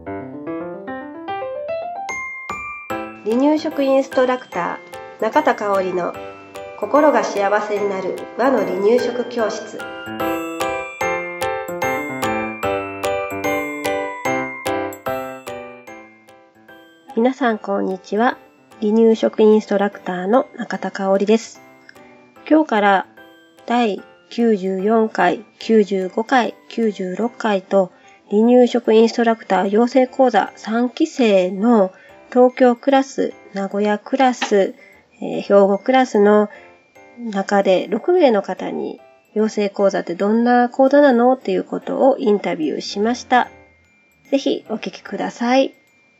離乳食インストラクター中田香織の心が幸せになる和の離乳食教室。皆さんこんにちは。離乳食インストラクターの中田香織です。今日から第94回、95回、96回と離乳食インストラクター養成講座3期生の東京クラス、名古屋クラス、兵庫クラスの中で6名の方に養成講座ってどんな講座なのっていうことをインタビューしました。ぜひお聞きください。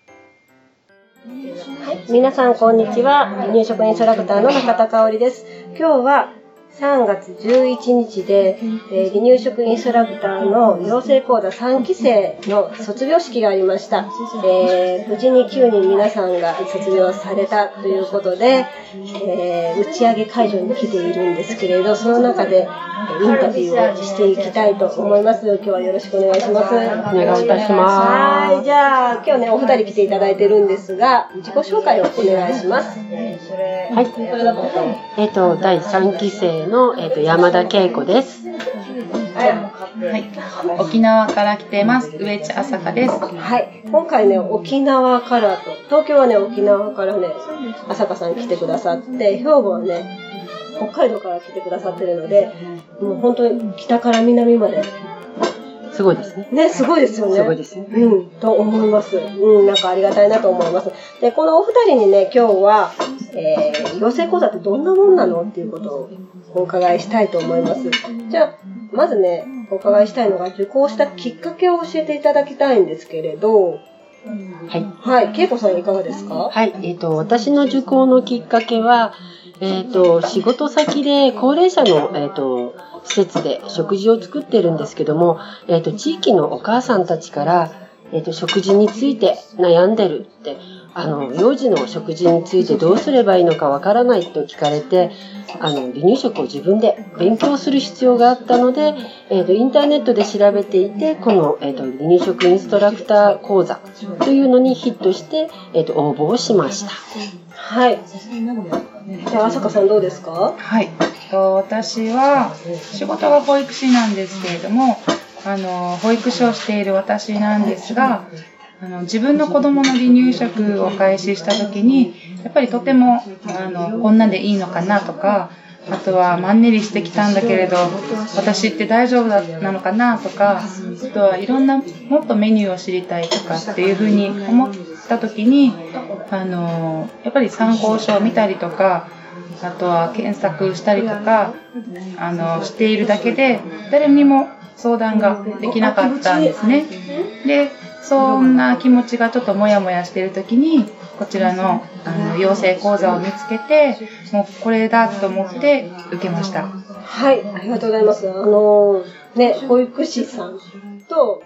はい、皆さんこんにちは。離乳食インストラクターの中田香織です。今日は3月11日で、離乳食インストラクターの養成講座3期生の卒業式がありました。無事に9人皆さんが卒業されたということで、打ち上げ会場に来ているんですけれど、その中でインタビューをしていきたいと思います。今日はよろしくお願いします。お願いいたします。 はい、じゃあ今日ねお二人来ていただいてるんですが、自己紹介をお願いします。 はい。第3期生の、山田恵子です。 はい、沖縄から来てます。上地朝香です。 はい、今回ね沖縄からと、東京はね沖縄からね朝香さん来てくださって、兵庫はね北海道から来てくださってるので、もう本当に北から南まですごいですね。 ね、すごいですよね。 すごいですね。 と思います。なんかありがたいなと思います。で、このお二人にね、今日は、養成講座ってどんなもんなのっていうことをお伺いしたいと思います。じゃあ、まずね、お伺いしたいのが、受講したきっかけを教えていただきたいんですけれど、 はい。 はい、恵子さんいかがですか？ はい、私の受講のきっかけは、仕事先で高齢者の、施設で食事を作ってるんですけども、地域のお母さんたちから、食事について悩んでるって、幼児の食事についてどうすればいいのかわからないと聞かれて、離乳食を自分で勉強する必要があったので、インターネットで調べていて、この、離乳食インストラクター講座というのにヒットして、応募をしました。 はい。じゃあ、朝香さんどうですか？ はい。私は仕事が保育士なんですけれども、保育士をしている私なんですが、自分の子供の離乳食を開始した時に、やっぱりとてもこんなんでいいのかなとか、あとはマンネリしてきたんだけれど私って大丈夫なのかなとか、あとはいろんなもっとメニューを知りたいとかっていうふうに思った時に、やっぱり参考書を見たりとか、あとは検索したりとかしているだけで誰にも相談ができなかったんですね。で、そんな気持ちがちょっとモヤモヤしている時に、こちらの養成講座を見つけて、もうこれだと思って受けました。 はい、ありがとうございます。保育士さんと、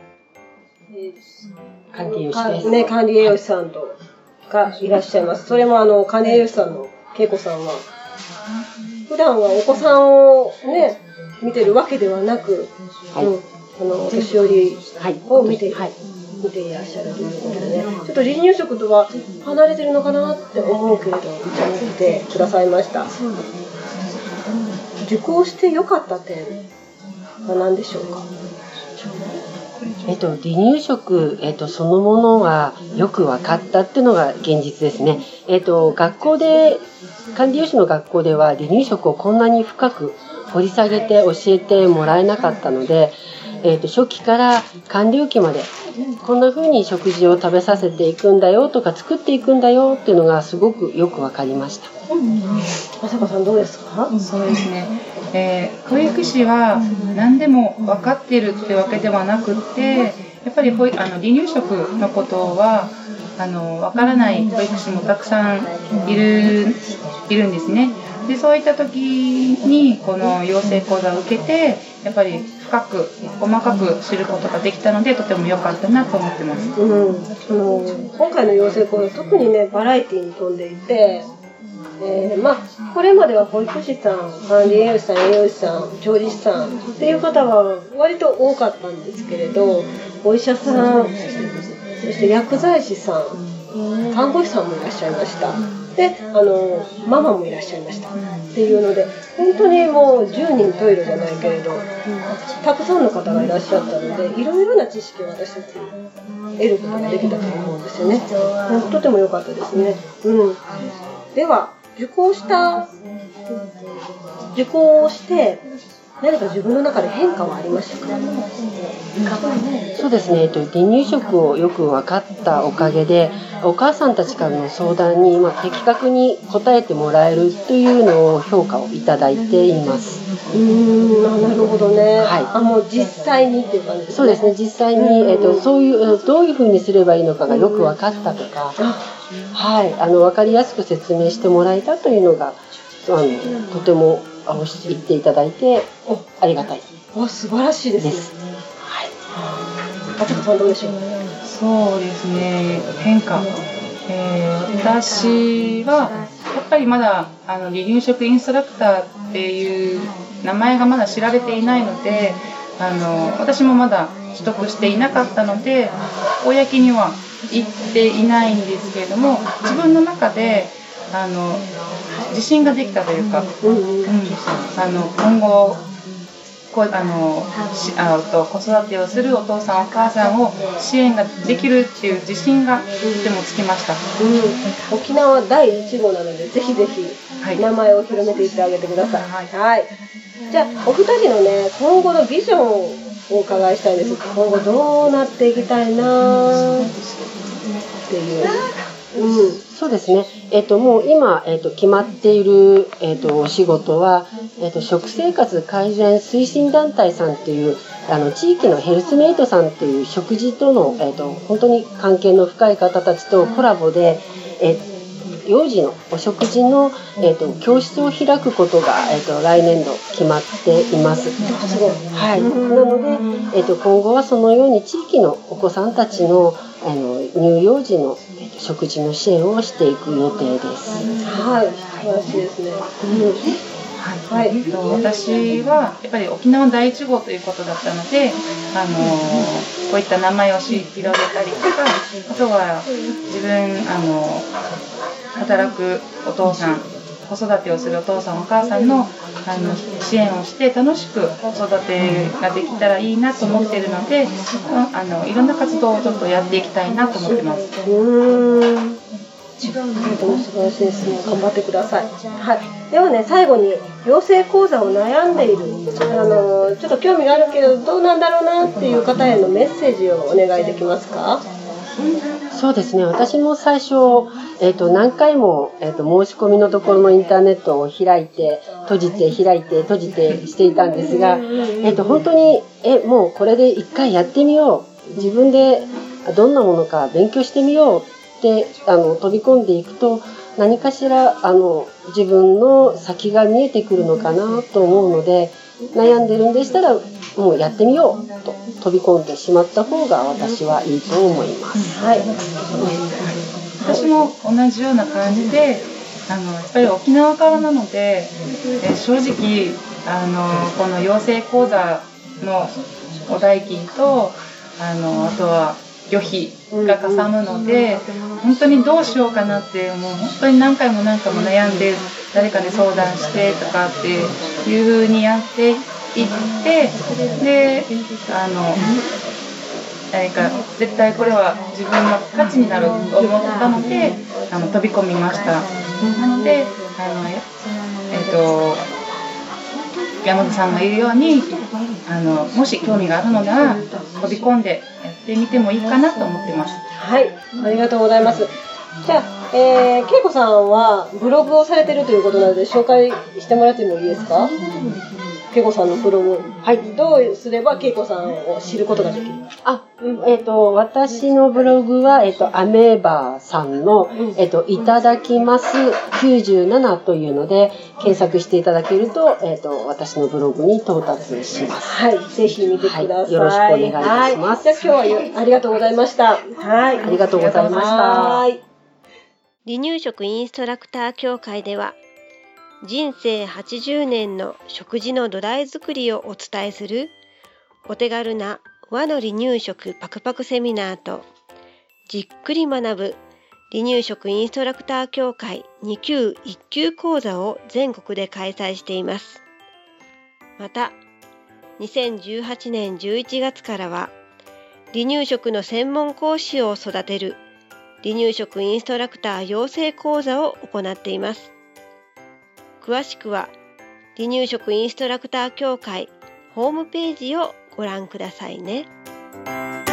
管理栄養士です。 ね、管理栄養士さんとがいらっしゃいます。それも管理栄養士さんの恵子さんは、普段はお子さんをね、見てるわけではなく、 はい、 お年寄りを見ていらっしゃるということでね、ちょっと離乳食とは離れてるのかなって思うけれど、見てくださいました。受講して良かった点は何でしょうか？ 離乳食、そのものがよく分かったっていうのが現実ですね。学校で、管理栄養士の学校では離乳食をこんなに深く掘り下げて教えてもらえなかったので、初期から完了期までこんな風に食事を食べさせていくんだよとか作っていくんだよっていうのがすごくよく分かりました。 朝香さんどうですか？ そうですね、保育士は何でも分かってるってわけではなくって、やっぱり離乳食のことは分からない保育士もたくさんいるんですね。で、そういった時にこの養成講座を受けて、やっぱり深く細かく知ることができたので、とても良かったなと思ってます。 今回の養成講座特にねバラエティに富んでいて、これまでは保育士さん、管理栄養士さん、栄養士さん、調理師さんっていう方は割と多かったんですけれど、お医者さん、 そして薬剤師さん、看護師さんもいらっしゃいました。で、ママもいらっしゃいました。っていうので、本当にもう10人十色じゃないけれど、たくさんの方がいらっしゃったので、いろいろな知識を私たち得ることができたと思うんですよね。とても良かったですね。では、受講して何か自分の中で変化はありましたか？ そうですね、離乳食をよく分かったおかげで、お母さんたちからの相談に、的確に答えてもらえるというのを評価をいただいています。 なるほどね。もう実際にっていう感じですね。 そうですね、実際に、そういうどういうふうにすればいいのかがよく分かったとか、分かりやすく説明してもらえたというのがとても言っていただいてありがたい素晴らしいですね。あつこさんどうでしょう？ そうですね、変化、私はやっぱりまだ離乳食インストラクターっていう名前がまだ知られていないので、私もまだ取得していなかったので公には言っていないんですけれども、自分の中で自信ができたというか、今後子育てをするお父さんお母さんを支援ができるっていう自信がとてもつきました。 沖縄第1号なのでぜひぜひ名前を広めていってあげてください。じゃあお二人のね今後のビジョンをお伺いしたいです。今後どうなっていきたいなっていう。 そうですね。もう今、決まっている、お仕事は、食生活改善推進団体さんっていう、地域のヘルスメイトさんっていう食事との、本当に関係の深い方たちとコラボで、幼児のお食事の、教室を開くことが、来年度決まっています。なので、今後はそのように地域のお子さんたちの、乳幼児の食事の支援をしていく予定です。 素晴らしいですね。 私はやっぱり沖縄第1号ということだったので、こういった名前を広げたりとか、あとは自分働くお父さん、子育てをするお父さんお母さんの支援をして楽しく子育てができたらいいなと思っているので、いろんな活動をちょっとやっていきたいなと思ってます。 素晴らしいですね。頑張ってください。ではね、最後に養成講座を悩んでいる、ちょっと興味があるけどどうなんだろうなっていう方へのメッセージをお願いできますか？ そうですね。私も最初、何回も、申し込みのところのインターネットを開いて閉じて開いて閉じてしていたんですが、本当にもうこれで一回やってみよう、自分でどんなものか勉強してみようって飛び込んでいくと何かしら自分の先が見えてくるのかなと思うので、悩んでるんでしたらもうやってみようと飛び込んでしまった方が私はいいと思います。 私も同じような感じで、やっぱり沖縄からなので、正直この養成講座のお代金とあとは旅費がかさむので、本当にどうしようかなって、もう本当に何回も悩んで誰かに相談してとかっていう風にやっていって、で何か絶対これは自分の価値になると思ったので飛び込みました。なので山田さんが言うようにもし興味があるのなら飛び込んでやってみてもいいかなと思ってます。 ありがとうございます。じゃあ、恵子さんはブログをされているということなので紹介してもらってもいいですか？恵子さんのブログ、どうすれば恵子さんを知ることができる？ 私のブログは、アメーバーさんの、いただきます97というので検索していただけると、私のブログに到達します。 ぜひ見てください。 よろしくお願いいたします。 じゃあ今日はありがとうございました。 ありがとうございました。 離乳食インストラクター協会では人生80年の食事の土台作りをお伝えするお手軽な和の離乳食パクパクセミナーとじっくり学ぶ離乳食インストラクター協会2級1級講座を全国で開催しています。また、2018年11月からは離乳食の専門講師を育てる離乳食インストラクター養成講座を行っています。詳しくは離乳食インストラクター協会ホームページをご覧くださいね。